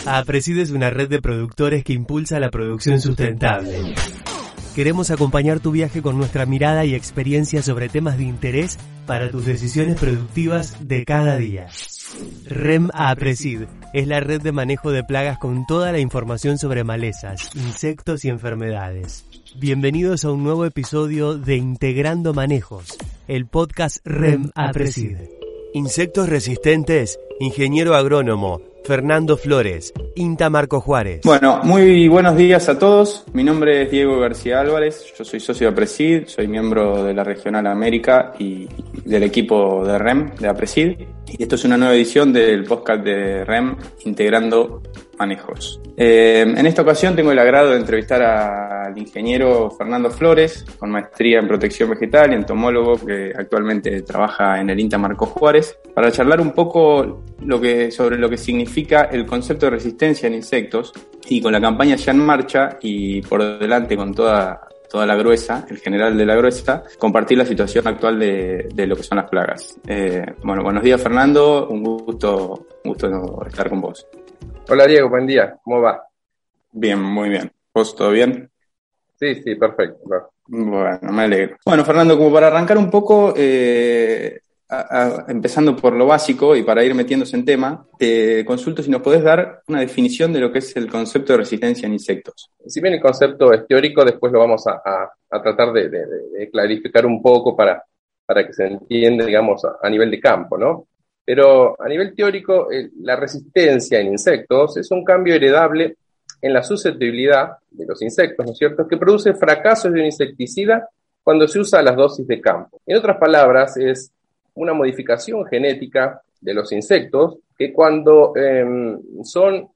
APRESID es una red de productores que impulsa la producción sustentable. Queremos acompañar tu viaje con nuestra mirada y experiencia sobre temas de interés para tus decisiones productivas de cada día. REM APRESID es la red de manejo de plagas con toda la información sobre malezas, insectos y enfermedades. Bienvenidos a un nuevo episodio de Integrando Manejos, el podcast REM APRESID. Insectos resistentes, ingeniero agrónomo Fernando Flores, INTA Marco Juárez. Bueno, muy buenos días a todos. Mi nombre es Diego García Álvarez, yo soy socio de APRESID, soy miembro de la Regional América y del equipo de REM, de APRESID. Y esto es una nueva edición del podcast de REM, Integrando Manejos. En esta ocasión tengo el agrado de entrevistar al ingeniero Fernando Flores, con maestría en protección vegetal y entomólogo que actualmente trabaja en el INTA Marco Juárez, para charlar un poco sobre lo que significa el concepto de resistencia en insectos, y con la campaña ya en marcha y por delante con toda la gruesa, el general de la gruesa, compartir la situación actual de lo que son las plagas. Bueno, buenos días Fernando, un gusto estar con vos. Hola Diego, buen día, ¿cómo va? Bien, muy bien. ¿Vos todo bien? Sí, perfecto. Bueno, me alegro. Bueno, Fernando, como para arrancar un poco, empezando por lo básico y para ir metiéndose en tema, te consulto si nos podés dar una definición de lo que es el concepto de resistencia en insectos. Si bien el concepto es teórico, después lo vamos a tratar de clarificar un poco para que se entienda, digamos, a nivel de campo, ¿no? Pero a nivel teórico, la resistencia en insectos es un cambio heredable en la susceptibilidad de los insectos, ¿no es cierto?, que produce fracasos de un insecticida cuando se usa las dosis de campo. En otras palabras, es una modificación genética de los insectos que cuando son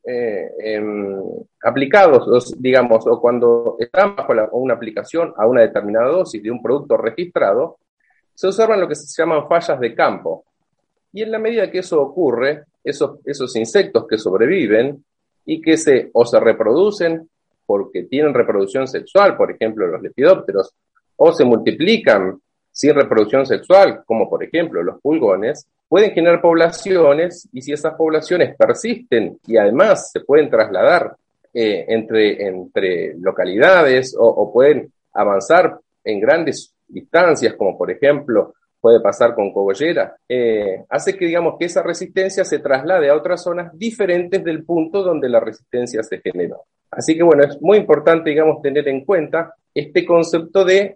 aplicados, digamos, o cuando están bajo una aplicación a una determinada dosis de un producto registrado, se observan lo que se llaman fallas de campo. Y en la medida que eso ocurre, esos insectos que sobreviven y que se reproducen porque tienen reproducción sexual, por ejemplo los lepidópteros, o se multiplican sin reproducción sexual, como por ejemplo los pulgones, pueden generar poblaciones, y si esas poblaciones persisten y además se pueden trasladar entre localidades o pueden avanzar en grandes distancias, como por ejemplo puede pasar con cogollera, hace que, digamos, que esa resistencia se traslade a otras zonas diferentes del punto donde la resistencia se generó. Así que, bueno, es muy importante, digamos, tener en cuenta este concepto de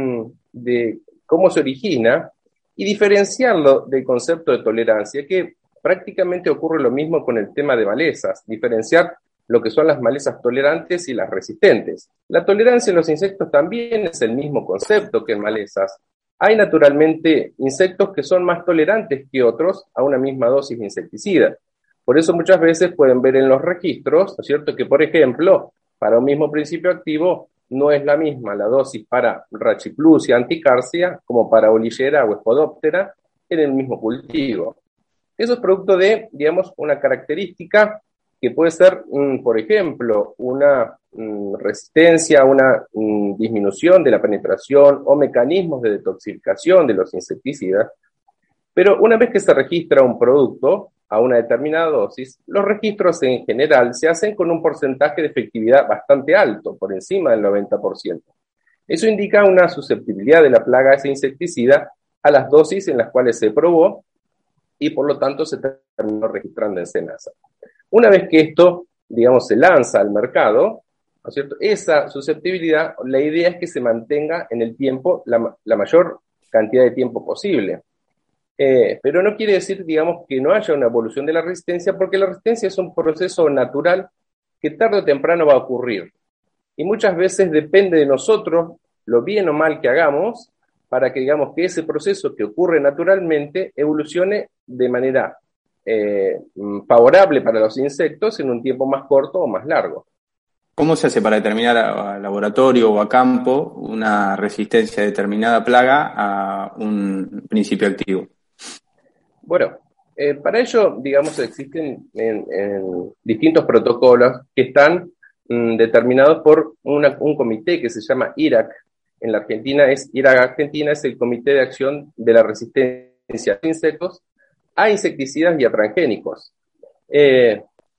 cómo se origina y diferenciarlo del concepto de tolerancia, que prácticamente ocurre lo mismo con el tema de malezas, diferenciar lo que son las malezas tolerantes y las resistentes. La tolerancia en los insectos también es el mismo concepto que en malezas. Hay naturalmente insectos que son más tolerantes que otros a una misma dosis de insecticida. Por eso muchas veces pueden ver en los registros, ¿no es cierto?, que por ejemplo, para un mismo principio activo no es la misma la dosis para Rachiplusia anticarsia como para Olillera o Spodoptera en el mismo cultivo. Eso es producto de, digamos, una característica que puede ser, por ejemplo, una resistencia, una disminución de la penetración o mecanismos de detoxificación de los insecticidas. Pero una vez que se registra un producto a una determinada dosis, los registros en general se hacen con un porcentaje de efectividad bastante alto, por encima del 90%. Eso indica una susceptibilidad de la plaga de ese insecticida a las dosis en las cuales se probó y por lo tanto se terminó registrando en SENASA. Una vez que esto, digamos, se lanza al mercado, ¿no es cierto?, esa susceptibilidad, la idea es que se mantenga en el tiempo, la mayor cantidad de tiempo posible. Pero no quiere decir, digamos, que no haya una evolución de la resistencia, porque la resistencia es un proceso natural que tarde o temprano va a ocurrir. Y muchas veces depende de nosotros, lo bien o mal que hagamos, para que, digamos, que ese proceso que ocurre naturalmente evolucione de manera favorable para los insectos en un tiempo más corto o más largo. ¿Cómo se hace para determinar a laboratorio o a campo una resistencia a determinada plaga a un principio activo? Bueno, para ello, digamos, existen en distintos protocolos que están determinados por un comité que se llama IRAC. En la Argentina IRAC Argentina es el Comité de Acción de la Resistencia a Insectos, a insecticidas y a transgénicos.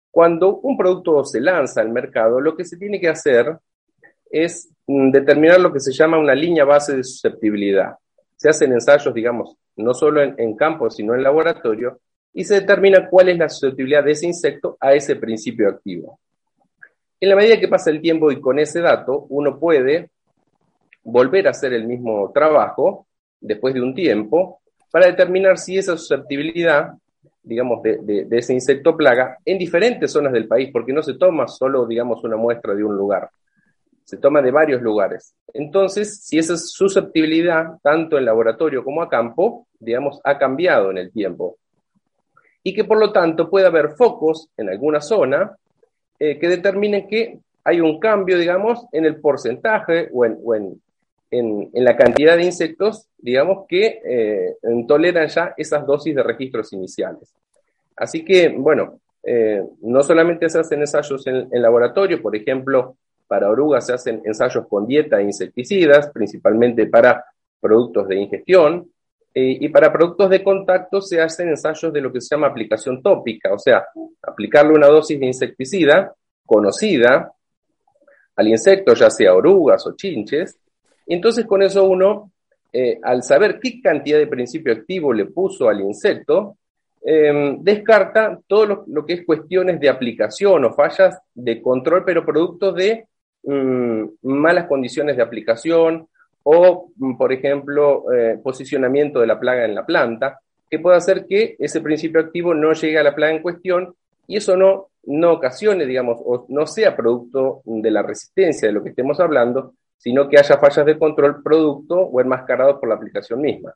Cuando un producto se lanza al mercado, lo que se tiene que hacer es determinar lo que se llama una línea base de susceptibilidad. Se hacen ensayos, digamos, no solo en campo, sino en laboratorio, y se determina cuál es la susceptibilidad de ese insecto a ese principio activo. En la medida que pasa el tiempo y con ese dato, uno puede volver a hacer el mismo trabajo después de un tiempo para determinar si esa susceptibilidad, digamos, de ese insecto plaga en diferentes zonas del país, porque no se toma solo, digamos, una muestra de un lugar, se toma de varios lugares. Entonces, si esa susceptibilidad, tanto en laboratorio como a campo, digamos, ha cambiado en el tiempo, y que por lo tanto puede haber focos en alguna zona que determinen que hay un cambio, digamos, en el porcentaje o en la cantidad de insectos, digamos, que toleran ya esas dosis de registros iniciales. Así que, bueno, no solamente se hacen ensayos en laboratorio, por ejemplo, para orugas se hacen ensayos con dieta e insecticidas, principalmente para productos de ingestión, y para productos de contacto se hacen ensayos de lo que se llama aplicación tópica, o sea, aplicarle una dosis de insecticida conocida al insecto, ya sea orugas o chinches, y entonces con eso uno, al saber qué cantidad de principio activo le puso al insecto, descarta todo lo que es cuestiones de aplicación o fallas de control, pero producto de malas condiciones de aplicación o, por ejemplo, posicionamiento de la plaga en la planta, que puede hacer que ese principio activo no llegue a la plaga en cuestión y eso no ocasione, digamos, o no sea producto de la resistencia de lo que estemos hablando, sino que haya fallas de control producto o enmascarados por la aplicación misma.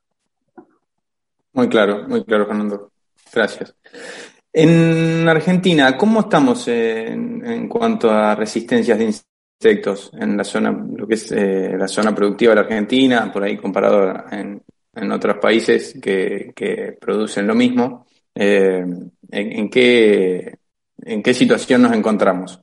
Muy claro, Fernando. Gracias. En Argentina, ¿cómo estamos en cuanto a resistencias de insectos en la zona, lo que es la zona productiva de la Argentina, por ahí comparado en otros países que producen lo mismo? ¿En qué situación nos encontramos?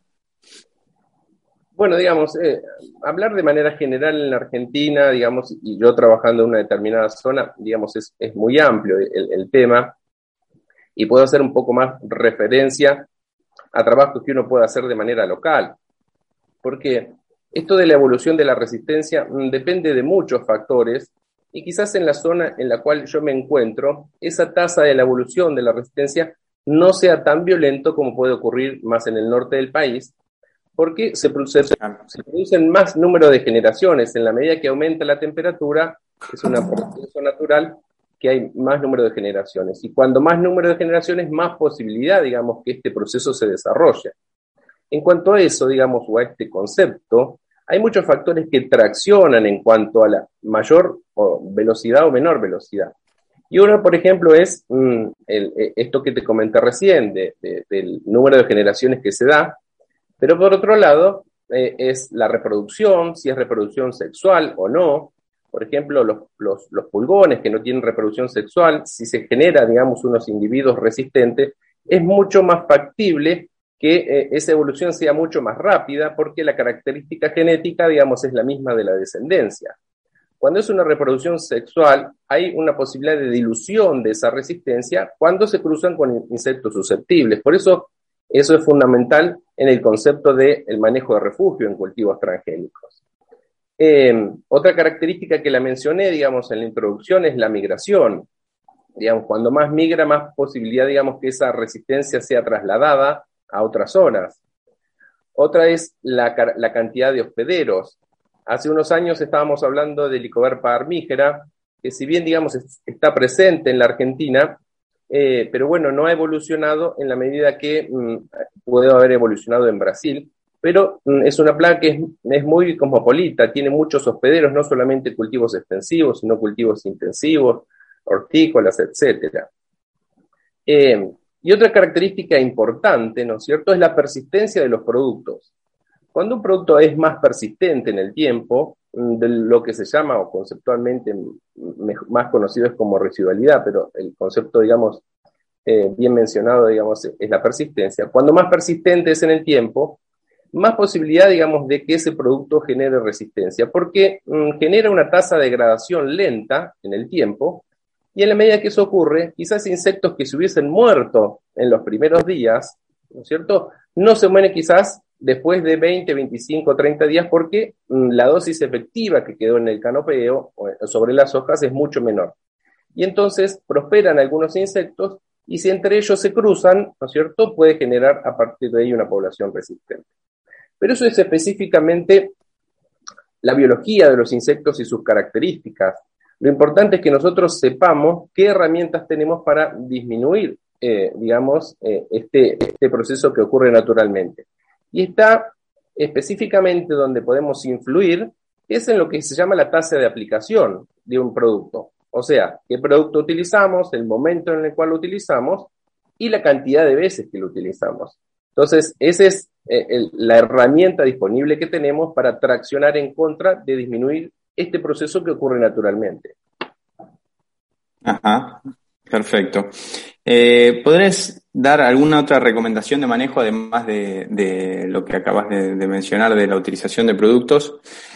Bueno, digamos, hablar de manera general en la Argentina, digamos, y yo trabajando en una determinada zona, digamos, es muy amplio el tema, y puedo hacer un poco más referencia a trabajos que uno puede hacer de manera local, porque esto de la evolución de la resistencia depende de muchos factores, y quizás en la zona en la cual yo me encuentro, esa tasa de la evolución de la resistencia no sea tan violento como puede ocurrir más en el norte del país, porque se producen más número de generaciones. En la medida que aumenta la temperatura, es un proceso natural que hay más número de generaciones. Y cuando más número de generaciones, más posibilidad, digamos, que este proceso se desarrolle. En cuanto a eso, digamos, o a este concepto, hay muchos factores que traccionan en cuanto a la mayor velocidad o menor velocidad. Y uno, por ejemplo, es esto que te comenté recién, del número de generaciones que se da. Pero por otro lado, es la reproducción, si es reproducción sexual o no. Por ejemplo, los pulgones que no tienen reproducción sexual, si se genera, digamos, unos individuos resistentes, es mucho más factible que esa evolución sea mucho más rápida porque la característica genética, digamos, es la misma de la descendencia. Cuando es una reproducción sexual, hay una posibilidad de dilución de esa resistencia cuando se cruzan con insectos susceptibles. Por eso es fundamental en el concepto del manejo de refugio en cultivos transgénicos. Otra característica que la mencioné, digamos, en la introducción es la migración. Digamos, cuando más migra, más posibilidad, digamos, que esa resistencia sea trasladada a otras zonas. Otra es la cantidad de hospederos. Hace unos años estábamos hablando de Lycoverpa armígera, que si bien, digamos, está presente en la Argentina, pero bueno, no ha evolucionado en la medida que puede haber evolucionado en Brasil, pero es una plaga que es muy cosmopolita, tiene muchos hospederos, no solamente cultivos extensivos, sino cultivos intensivos, hortícolas, etc. Y otra característica importante, ¿no es cierto?, es la persistencia de los productos. Cuando un producto es más persistente en el tiempo, de lo que se llama, o conceptualmente más conocido es como residualidad, pero el concepto, digamos, bien mencionado, digamos, es la persistencia. Cuando más persistente es en el tiempo, más posibilidad, digamos, de que ese producto genere resistencia, porque genera una tasa de degradación lenta en el tiempo, y en la medida que eso ocurre, quizás insectos que se hubiesen muerto en los primeros días, ¿no es cierto? No se muere quizás después de 20, 25, 30 días porque la dosis efectiva que quedó en el canopeo o sobre las hojas es mucho menor. Y entonces prosperan algunos insectos y si entre ellos se cruzan, ¿no es cierto?, puede generar a partir de ahí una población resistente. Pero eso es específicamente la biología de los insectos y sus características. Lo importante es que nosotros sepamos qué herramientas tenemos para disminuir, este proceso que ocurre naturalmente. Y está específicamente donde podemos influir, es en lo que se llama la tasa de aplicación de un producto. O sea, qué producto utilizamos, el momento en el cual lo utilizamos y la cantidad de veces que lo utilizamos. Entonces, esa es la herramienta disponible que tenemos para traccionar en contra de disminuir este proceso que ocurre naturalmente. Ajá, perfecto. ¿Podrías dar alguna otra recomendación de manejo, además de lo que acabas de mencionar de la utilización de productos,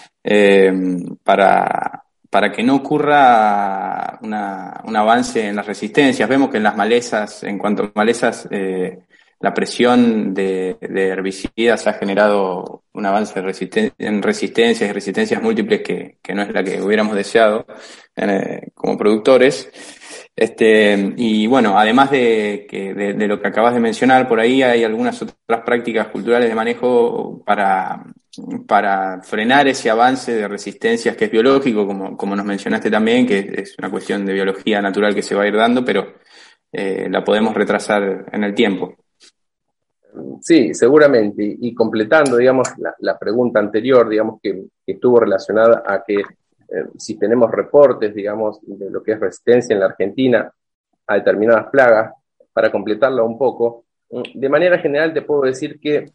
para que no ocurra un avance en las resistencias? Vemos que en las malezas, en cuanto a malezas, la presión de herbicidas ha generado un avance en resistencias y resistencias múltiples que no es la que hubiéramos deseado como productores. Y bueno, además de lo que acabas de mencionar, por ahí hay algunas otras prácticas culturales de manejo para frenar ese avance de resistencias que es biológico, como nos mencionaste también, que es una cuestión de biología natural que se va a ir dando, pero la podemos retrasar en el tiempo. Sí, seguramente. Y completando, digamos, la pregunta anterior, digamos, que estuvo relacionada a que si tenemos reportes, digamos, de lo que es resistencia en la Argentina a determinadas plagas, para completarlo un poco, de manera general te puedo decir que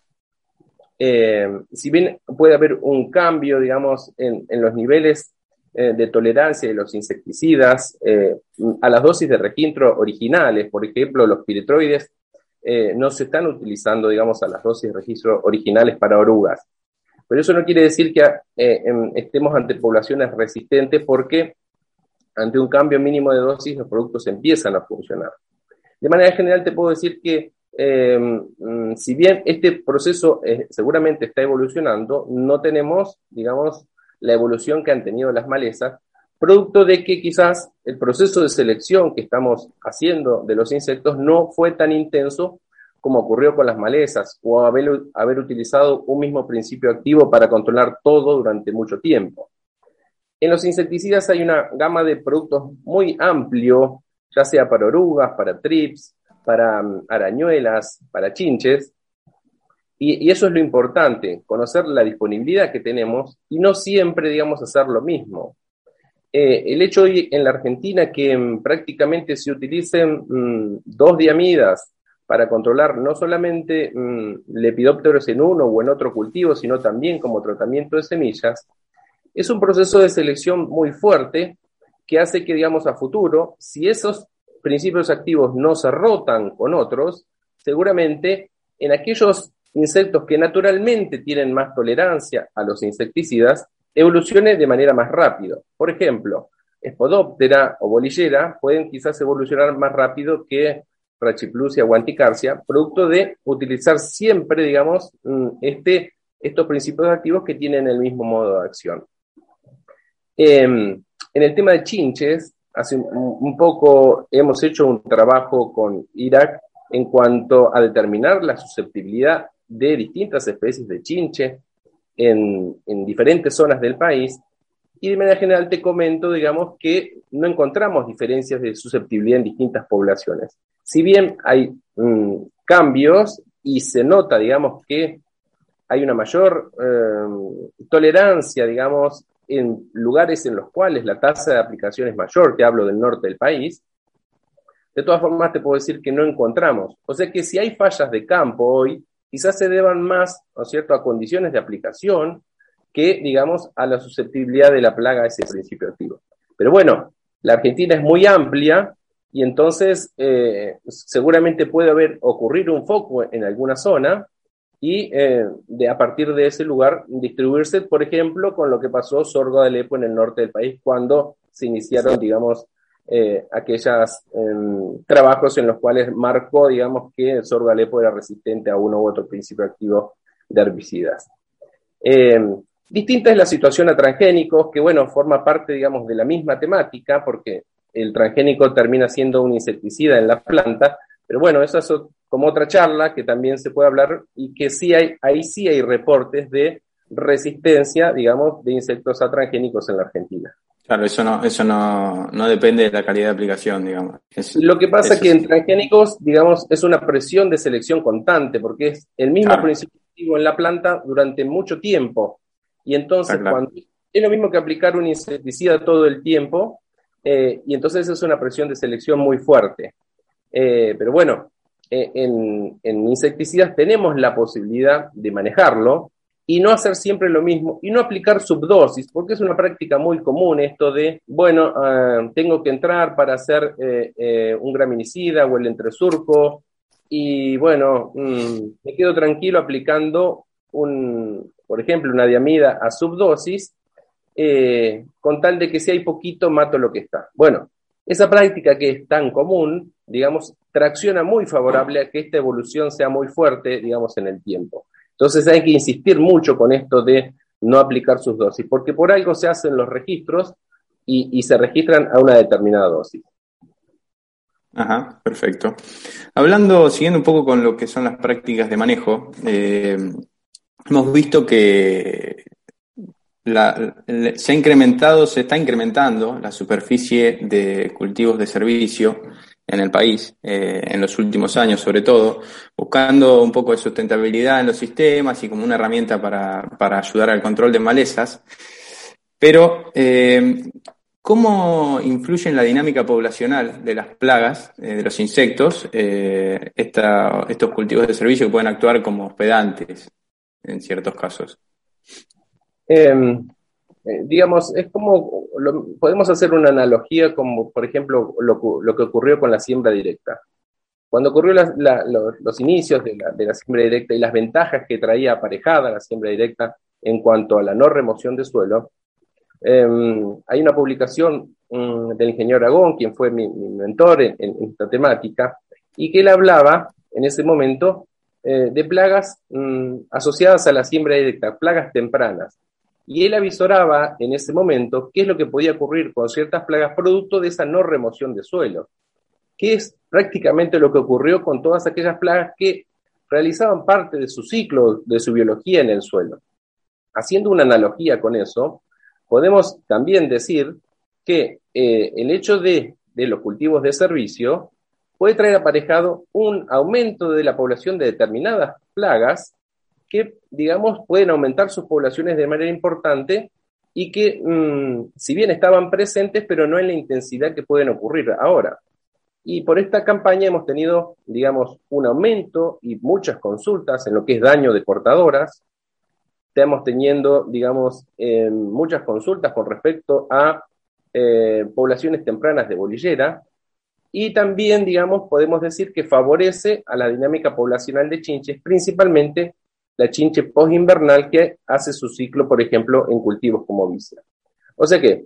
si bien puede haber un cambio, digamos, en los niveles de tolerancia de los insecticidas a las dosis de registro originales, por ejemplo, los piretroides, no se están utilizando, digamos, a las dosis de registro originales para orugas. Pero eso no quiere decir que estemos ante poblaciones resistentes, porque ante un cambio mínimo de dosis los productos empiezan a funcionar. De manera general te puedo decir que si bien este proceso seguramente está evolucionando, no tenemos, digamos, la evolución que han tenido las malezas, producto de que quizás el proceso de selección que estamos haciendo de los insectos no fue tan intenso como ocurrió con las malezas, o haber utilizado un mismo principio activo para controlar todo durante mucho tiempo. En los insecticidas hay una gama de productos muy amplio, ya sea para orugas, para trips, para arañuelas, para chinches, y eso es lo importante, conocer la disponibilidad que tenemos y no siempre, digamos, hacer lo mismo. El hecho hoy en la Argentina que prácticamente se utilicen 2 diamidas para controlar no solamente lepidópteros en uno o en otro cultivo, sino también como tratamiento de semillas, es un proceso de selección muy fuerte que hace que, digamos, a futuro, si esos principios activos no se rotan con otros, seguramente en aquellos insectos que naturalmente tienen más tolerancia a los insecticidas, evolucione de manera más rápida. Por ejemplo, Spodoptera o bolillera pueden quizás evolucionar más rápido que Rachiplusia o Anticarcia, producto de utilizar siempre, digamos, estos principios activos que tienen el mismo modo de acción. En el tema de chinches, hace un poco hemos hecho un trabajo con Irak en cuanto a determinar la susceptibilidad de distintas especies de chinche en diferentes zonas del país, y de manera general te comento, digamos, que no encontramos diferencias de susceptibilidad en distintas poblaciones. Si bien hay cambios y se nota, digamos, que hay una mayor tolerancia, digamos, en lugares en los cuales la tasa de aplicación es mayor, te hablo del norte del país, de todas formas te puedo decir que no encontramos. O sea que si hay fallas de campo hoy, quizás se deban más, ¿no es cierto?, a condiciones de aplicación que, digamos, a la susceptibilidad de la plaga a ese principio activo. Pero bueno, la Argentina es muy amplia y entonces seguramente puede ocurrir un foco en alguna zona y a partir de ese lugar distribuirse, por ejemplo, con lo que pasó sorgo de Alepo en el norte del país cuando se iniciaron, digamos, aquellos trabajos en los cuales marcó, digamos, que el sorgo Alepo era resistente a uno u otro principio activo de herbicidas. Distinta es la situación a transgénicos, que bueno, forma parte, digamos, de la misma temática, porque el transgénico termina siendo un insecticida en la planta, pero bueno, eso es como otra charla que también se puede hablar, y que ahí sí hay reportes de resistencia, digamos, de insectos a transgénicos en la Argentina. Claro, eso no depende de la calidad de aplicación, digamos. Lo que pasa es que sí. en transgénicos, digamos, es una presión de selección constante, porque es el mismo principio activo en la planta durante mucho tiempo. Y entonces, cuando es lo mismo que aplicar un insecticida todo el tiempo, y entonces es una presión de selección muy fuerte. Pero bueno, en insecticidas tenemos la posibilidad de manejarlo, y no hacer siempre lo mismo, y no aplicar subdosis, porque es una práctica muy común esto de, bueno, tengo que entrar para hacer un graminicida o el entresurco, y bueno, me quedo tranquilo aplicando, por ejemplo, una diamida a subdosis, con tal de que si hay poquito, mato lo que está. Bueno, esa práctica que es tan común, digamos, tracciona muy favorable a que esta evolución sea muy fuerte, digamos, en el tiempo. Entonces hay que insistir mucho con esto de no aplicar sus dosis, porque por algo se hacen los registros y se registran a una determinada dosis. Ajá, perfecto. Siguiendo un poco con lo que son las prácticas de manejo, hemos visto que se está incrementando la superficie de cultivos de servicio en el país, en los últimos años sobre todo, buscando un poco de sustentabilidad en los sistemas y como una herramienta para ayudar al control de malezas. Pero, ¿cómo influye en la dinámica poblacional de las plagas, de los insectos, estos cultivos de servicio que pueden actuar como hospedantes en ciertos casos? Digamos, es como, podemos hacer una analogía como, por ejemplo, lo que ocurrió con la siembra directa. Cuando ocurrió los inicios de la siembra directa y las ventajas que traía aparejada la siembra directa en cuanto a la no remoción de suelo, hay una publicación del ingeniero Aragón, quien fue mi mentor en esta temática, y que él hablaba en ese momento de plagas asociadas a la siembra directa, plagas tempranas. Y él avisoraba en ese momento qué es lo que podía ocurrir con ciertas plagas producto de esa no remoción de suelo, que es prácticamente lo que ocurrió con todas aquellas plagas que realizaban parte de su ciclo, de su biología en el suelo. Haciendo una analogía con eso, podemos también decir que el hecho de los cultivos de servicio puede traer aparejado un aumento de la población de determinadas plagas que, digamos, pueden aumentar sus poblaciones de manera importante y que, si bien estaban presentes, pero no en la intensidad que pueden ocurrir ahora. Y por esta campaña hemos tenido, digamos, un aumento y muchas consultas en lo que es daño de cortadoras. Estamos teniendo, digamos, muchas consultas con respecto a poblaciones tempranas de bolillera, y también, digamos, podemos decir que favorece a la dinámica poblacional de chinches, principalmente la chinche postinvernal que hace su ciclo, por ejemplo, en cultivos como víscera. O sea que,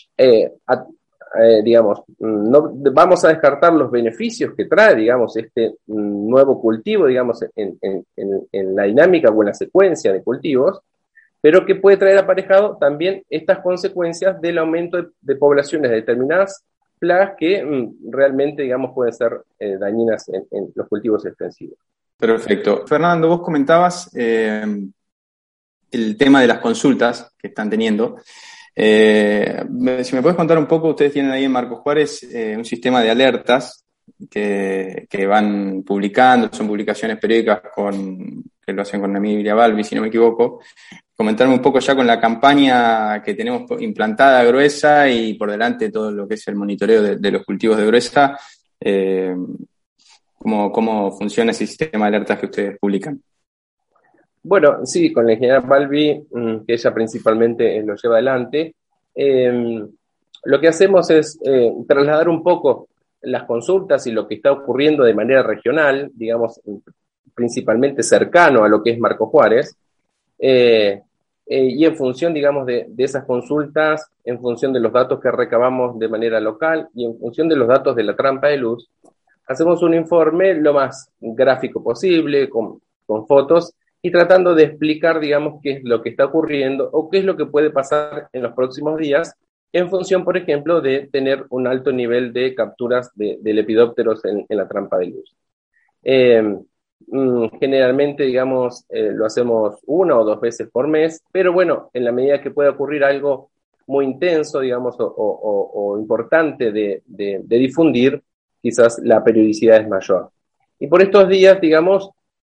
digamos, no vamos a descartar los beneficios que trae, digamos, este nuevo cultivo, digamos, en la dinámica o en la secuencia de cultivos, pero que puede traer aparejado también estas consecuencias del aumento de poblaciones de determinadas plagas que realmente, digamos, pueden ser dañinas en los cultivos extensivos. Perfecto. Fernando, vos comentabas el tema de las consultas que están teniendo. Si me podés contar un poco, ustedes tienen ahí en Marcos Juárez un sistema de alertas que van publicando, son publicaciones periódicas que lo hacen con Emilia Balbi, si no me equivoco. Comentarme un poco ya con la campaña que tenemos implantada gruesa y por delante todo lo que es el monitoreo de los cultivos de gruesa. ¿Cómo funciona ese sistema de alertas que ustedes publican? Bueno, sí, con la ingeniera Balbi, que ella principalmente lo lleva adelante, lo que hacemos es trasladar un poco las consultas y lo que está ocurriendo de manera regional, digamos, principalmente cercano a lo que es Marcos Juárez, y en función, digamos, de esas consultas, en función de los datos que recabamos de manera local y en función de los datos de la trampa de luz, hacemos un informe lo más gráfico posible, con fotos, y tratando de explicar, digamos, qué es lo que está ocurriendo o qué es lo que puede pasar en los próximos días, en función, por ejemplo, de tener un alto nivel de capturas de lepidópteros en la trampa de luz. Generalmente, digamos, lo hacemos 1 o 2 veces por mes, pero bueno, en la medida que pueda ocurrir algo muy intenso, digamos, o importante de difundir, quizás la periodicidad es mayor. Y por estos días, digamos,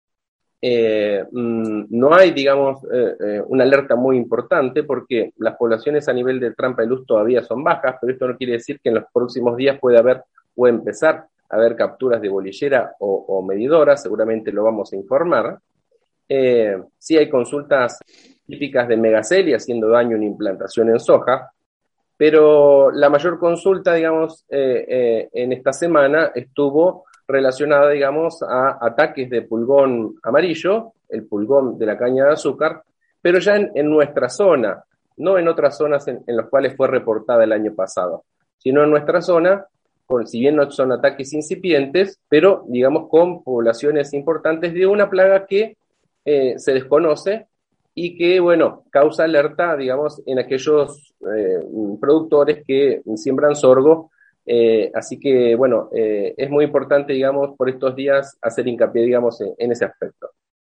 no hay, digamos, una alerta muy importante porque las poblaciones a nivel de trampa de luz todavía son bajas, pero esto no quiere decir que en los próximos días pueda haber o empezar a haber capturas de bolillera o medidora, seguramente lo vamos a informar. Sí hay consultas típicas de megacelia haciendo daño en implantación en soja, pero la mayor consulta, digamos, en esta semana estuvo relacionada, digamos, a ataques de pulgón amarillo, el pulgón de la caña de azúcar, pero ya en nuestra zona, no en otras zonas en las cuales fue reportada el año pasado, sino en nuestra zona, si bien no son ataques incipientes, pero, digamos, con poblaciones importantes de una plaga que se desconoce y que, bueno, causa alerta, digamos, en aquellos productores que siembran sorgo. Así que, bueno, es muy importante, digamos, por estos días hacer hincapié, digamos, en ese aspecto.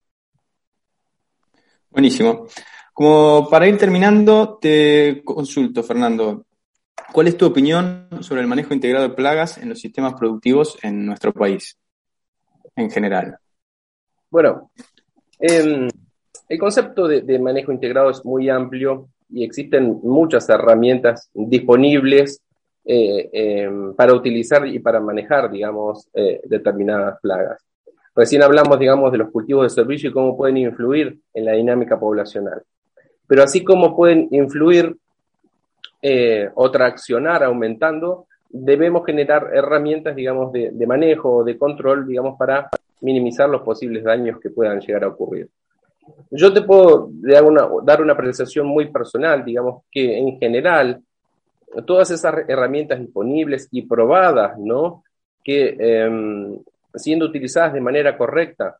Buenísimo. Como para ir terminando, te consulto, Fernando, ¿cuál es tu opinión sobre el manejo integrado de plagas en los sistemas productivos en nuestro país, en general? Bueno, el concepto de manejo integrado es muy amplio y existen muchas herramientas disponibles para utilizar y para manejar, digamos, determinadas plagas. Recién hablamos, digamos, de los cultivos de servicio y cómo pueden influir en la dinámica poblacional. Pero así como pueden influir o traccionar aumentando, debemos generar herramientas, digamos, de manejo o de control, digamos, para minimizar los posibles daños que puedan llegar a ocurrir. Yo te puedo dar una apreciación muy personal, digamos, que en general todas esas herramientas disponibles y probadas, ¿no?, que siendo utilizadas de manera correcta,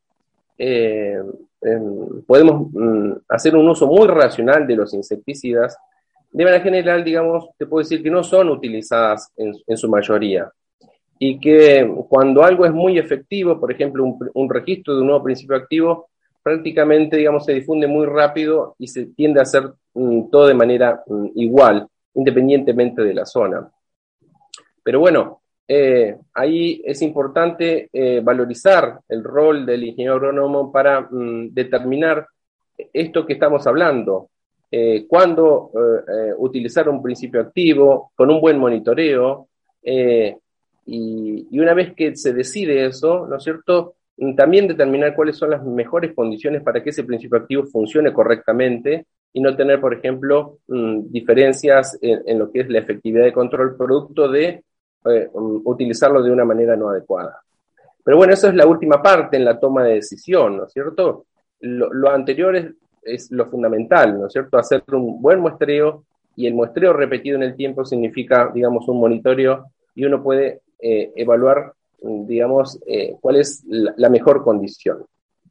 podemos hacer un uso muy racional de los insecticidas. De manera general, digamos, te puedo decir que no son utilizadas en su mayoría y que cuando algo es muy efectivo, por ejemplo, un registro de un nuevo principio activo, prácticamente, digamos, se difunde muy rápido y se tiende a hacer todo de manera igual, independientemente de la zona. Pero bueno, ahí es importante valorizar el rol del ingeniero agrónomo para determinar esto que estamos hablando. Cuándo utilizar un principio activo con un buen monitoreo y una vez que se decide eso, ¿no es cierto?, también determinar cuáles son las mejores condiciones para que ese principio activo funcione correctamente y no tener, por ejemplo, diferencias en lo que es la efectividad de control producto de utilizarlo de una manera no adecuada. Pero bueno, eso es la última parte en la toma de decisión, ¿no es cierto? Lo anterior es lo fundamental, ¿no es cierto? Hacer un buen muestreo, y el muestreo repetido en el tiempo significa, digamos, un monitoreo, y uno puede evaluar, digamos, cuál es la mejor condición.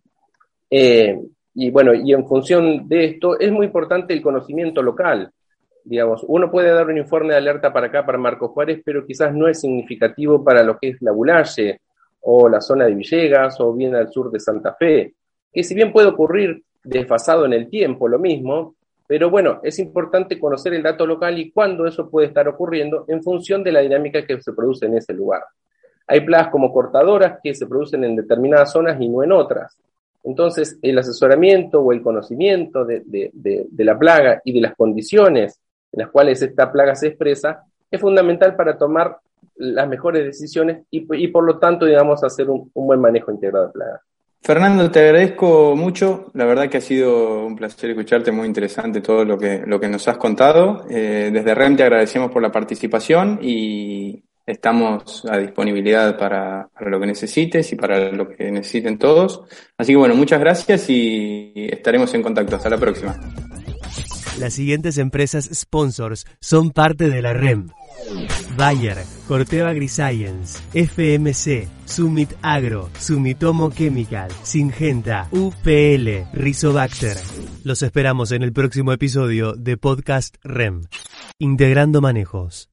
Y bueno, y en función de esto, es muy importante el conocimiento local. Digamos, uno puede dar un informe de alerta para acá, para Marcos Juárez, pero quizás no es significativo para lo que es la Bulaye, o la zona de Villegas, o bien al sur de Santa Fe, que si bien puede ocurrir desfasado en el tiempo, lo mismo, pero bueno, es importante conocer el dato local y cuándo eso puede estar ocurriendo en función de la dinámica que se produce en ese lugar. Hay plagas como cortadoras que se producen en determinadas zonas y no en otras. Entonces, el asesoramiento o el conocimiento de la plaga y de las condiciones en las cuales esta plaga se expresa es fundamental para tomar las mejores decisiones y por lo tanto, digamos, hacer un buen manejo integrado de plagas. Fernando, te agradezco mucho, la verdad que ha sido un placer escucharte, muy interesante todo lo que nos has contado. Desde REM te agradecemos por la participación y estamos a disponibilidad para lo que necesites y para lo que necesiten todos. Así que bueno, muchas gracias y estaremos en contacto. Hasta la próxima. Las siguientes empresas sponsors son parte de la REM: Bayer, Corteva AgriScience, FMC, Summit Agro, Sumitomo Chemical, Syngenta, UPL, Rizobacter. Los esperamos en el próximo episodio de Podcast REM, Integrando Manejos.